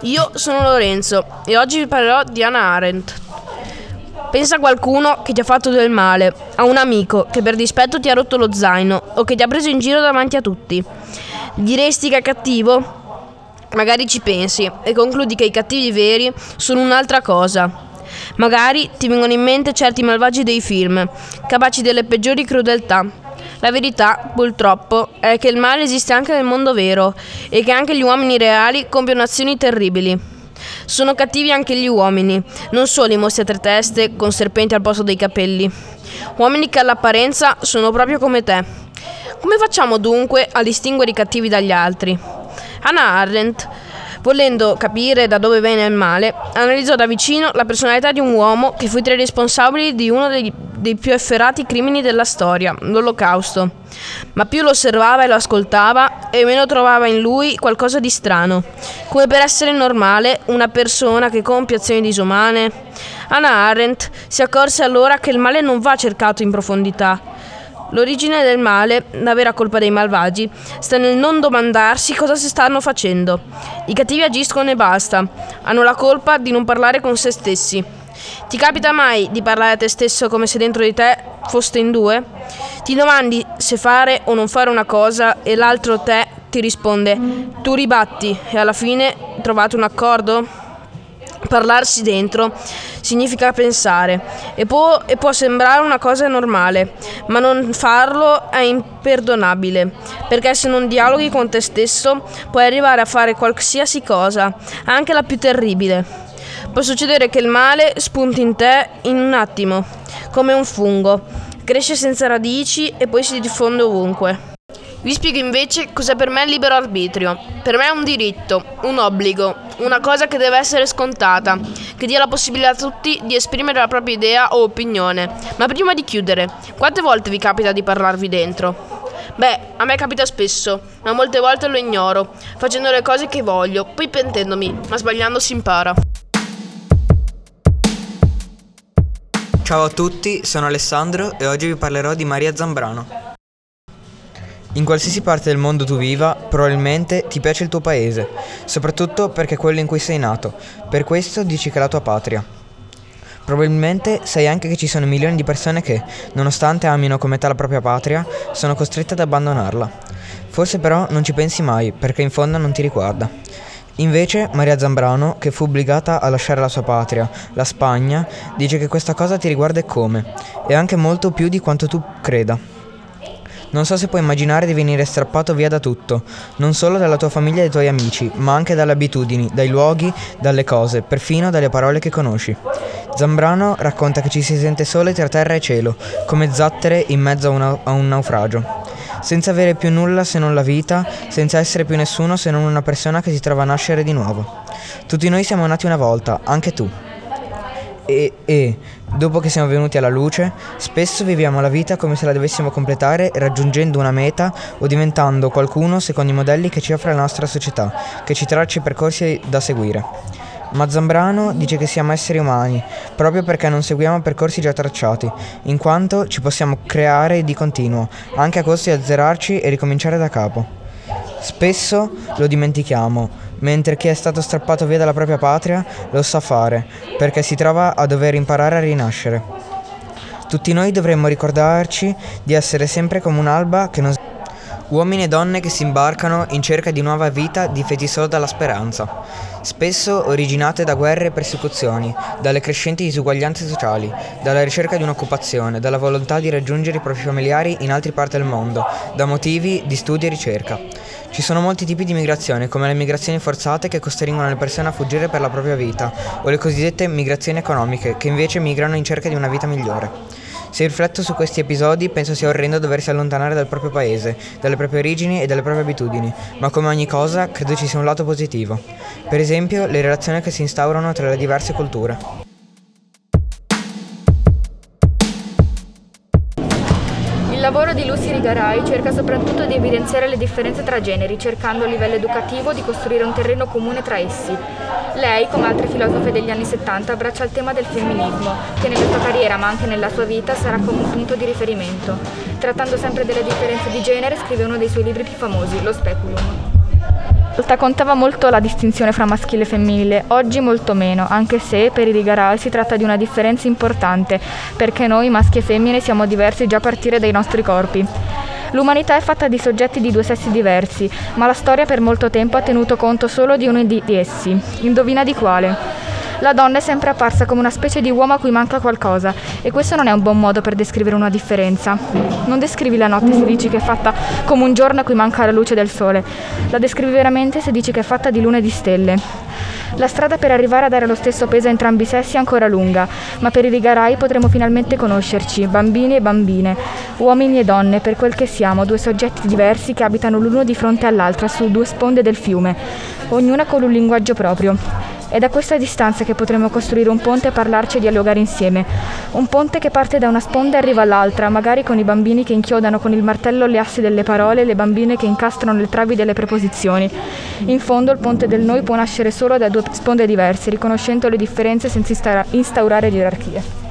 Io sono Lorenzo e oggi vi parlerò di Hannah Arendt. Pensa a qualcuno che ti ha fatto del male, a un amico che per dispetto ti ha rotto lo zaino o che ti ha preso in giro davanti a tutti. Diresti che è cattivo? Magari ci pensi e concludi che i cattivi veri sono un'altra cosa. Magari ti vengono in mente certi malvagi dei film, capaci delle peggiori crudeltà. La verità, purtroppo, è che il male esiste anche nel mondo vero e che anche gli uomini reali compiono azioni terribili. Sono cattivi anche gli uomini, non solo i mostri a tre teste con serpenti al posto dei capelli. Uomini che all'apparenza sono proprio come te. Come facciamo dunque a distinguere i cattivi dagli altri? Hannah Arendt, volendo capire da dove viene il male, analizzò da vicino la personalità di un uomo che fu tra i responsabili di uno dei più efferati crimini della storia, l'Olocausto. Ma più lo osservava e lo ascoltava, e meno trovava in lui qualcosa di strano. Come per essere normale, una persona che compie azioni disumane. Hannah Arendt si accorse allora che il male non va cercato in profondità. L'origine del male, la vera colpa dei malvagi, sta nel non domandarsi cosa si stanno facendo. I cattivi agiscono e basta. Hanno la colpa di non parlare con se stessi. Ti capita mai di parlare a te stesso come se dentro di te foste in due? Ti domandi se fare o non fare una cosa e l'altro te ti risponde. Tu ribatti e alla fine trovate un accordo? Parlarsi dentro significa pensare e può sembrare una cosa normale, ma non farlo è imperdonabile, perché se non dialoghi con te stesso puoi arrivare a fare qualsiasi cosa, anche la più terribile. Può succedere che il male spunti in te in un attimo, come un fungo, cresce senza radici e poi si diffonde ovunque. Vi spiego invece cos'è per me il libero arbitrio. Per me è un diritto, un obbligo, una cosa che deve essere scontata, che dia la possibilità a tutti di esprimere la propria idea o opinione. Ma prima di chiudere, quante volte vi capita di parlarvi dentro? Beh, a me capita spesso, ma molte volte lo ignoro, facendo le cose che voglio, poi pentendomi, ma sbagliando si impara. Ciao a tutti, sono Alessandro e oggi vi parlerò di Maria Zambrano. In qualsiasi parte del mondo tu viva, probabilmente ti piace il tuo paese, soprattutto perché è quello in cui sei nato, per questo dici che è la tua patria. Probabilmente sai anche che ci sono milioni di persone che, nonostante amino come te la propria patria, sono costrette ad abbandonarla. Forse però non ci pensi mai, perché in fondo non ti riguarda. Invece Maria Zambrano, che fu obbligata a lasciare la sua patria, la Spagna, dice che questa cosa ti riguarda e come, e anche molto più di quanto tu creda. Non so se puoi immaginare di venire strappato via da tutto, non solo dalla tua famiglia e dai tuoi amici, ma anche dalle abitudini, dai luoghi, dalle cose, perfino dalle parole che conosci. Zambrano racconta che ci si sente sole tra terra e cielo, come zattere in mezzo a un naufragio, senza avere più nulla se non la vita, senza essere più nessuno se non una persona che si trova a nascere di nuovo. Tutti noi siamo nati una volta, anche tu. E dopo che siamo venuti alla luce, spesso viviamo la vita come se la dovessimo completare raggiungendo una meta o diventando qualcuno secondo i modelli che ci offre la nostra società, che ci traccia i percorsi da seguire. Ma Zambrano dice che siamo esseri umani, proprio perché non seguiamo percorsi già tracciati, in quanto ci possiamo creare di continuo, anche a costo di azzerarci e ricominciare da capo. Spesso lo dimentichiamo, mentre chi è stato strappato via dalla propria patria lo sa fare, perché si trova a dover imparare a rinascere. Tutti noi dovremmo ricordarci di essere sempre come un'alba che non... Uomini e donne che si imbarcano in cerca di nuova vita difesi solo dalla speranza, spesso originate da guerre e persecuzioni, dalle crescenti disuguaglianze sociali, dalla ricerca di un'occupazione, dalla volontà di raggiungere i propri familiari in altre parti del mondo, da motivi di studio e ricerca. Ci sono molti tipi di migrazione, come le migrazioni forzate che costringono le persone a fuggire per la propria vita, o le cosiddette migrazioni economiche, che invece migrano in cerca di una vita migliore. Se rifletto su questi episodi, penso sia orrendo doversi allontanare dal proprio paese, dalle proprie origini e dalle proprie abitudini, ma come ogni cosa, credo ci sia un lato positivo. Per esempio, le relazioni che si instaurano tra le diverse culture. Il lavoro di Lucy Rigarai cerca soprattutto di evidenziare le differenze tra generi, cercando a livello educativo di costruire un terreno comune tra essi. Lei, come altre filosofe degli anni 70, abbraccia il tema del femminismo, che nella sua carriera ma anche nella sua vita sarà come un punto di riferimento. Trattando sempre delle differenze di genere, scrive uno dei suoi libri più famosi, Lo Speculum. Una volta contava molto la distinzione fra maschile e femminile, oggi molto meno, anche se per i Rigarai si tratta di una differenza importante, perché noi maschi e femmine siamo diversi già a partire dai nostri corpi. L'umanità è fatta di soggetti di due sessi diversi, ma la storia per molto tempo ha tenuto conto solo di uno di essi. Indovina di quale? La donna è sempre apparsa come una specie di uomo a cui manca qualcosa, e questo non è un buon modo per descrivere una differenza. Non descrivi la notte se dici che è fatta come un giorno a cui manca la luce del sole, la descrivi veramente se dici che è fatta di lune e di stelle. La strada per arrivare a dare lo stesso peso a entrambi i sessi è ancora lunga, ma per i Rigarai potremo finalmente conoscerci, bambini e bambine, uomini e donne, per quel che siamo, due soggetti diversi che abitano l'uno di fronte all'altra su due sponde del fiume, ognuna con un linguaggio proprio. È da questa distanza che potremo costruire un ponte e parlarci e dialogare insieme. Un ponte che parte da una sponda e arriva all'altra, magari con i bambini che inchiodano con il martello le assi delle parole e le bambine che incastrano le travi delle preposizioni. In fondo il ponte del noi può nascere solo da due sponde diverse, riconoscendo le differenze senza instaurare gerarchie.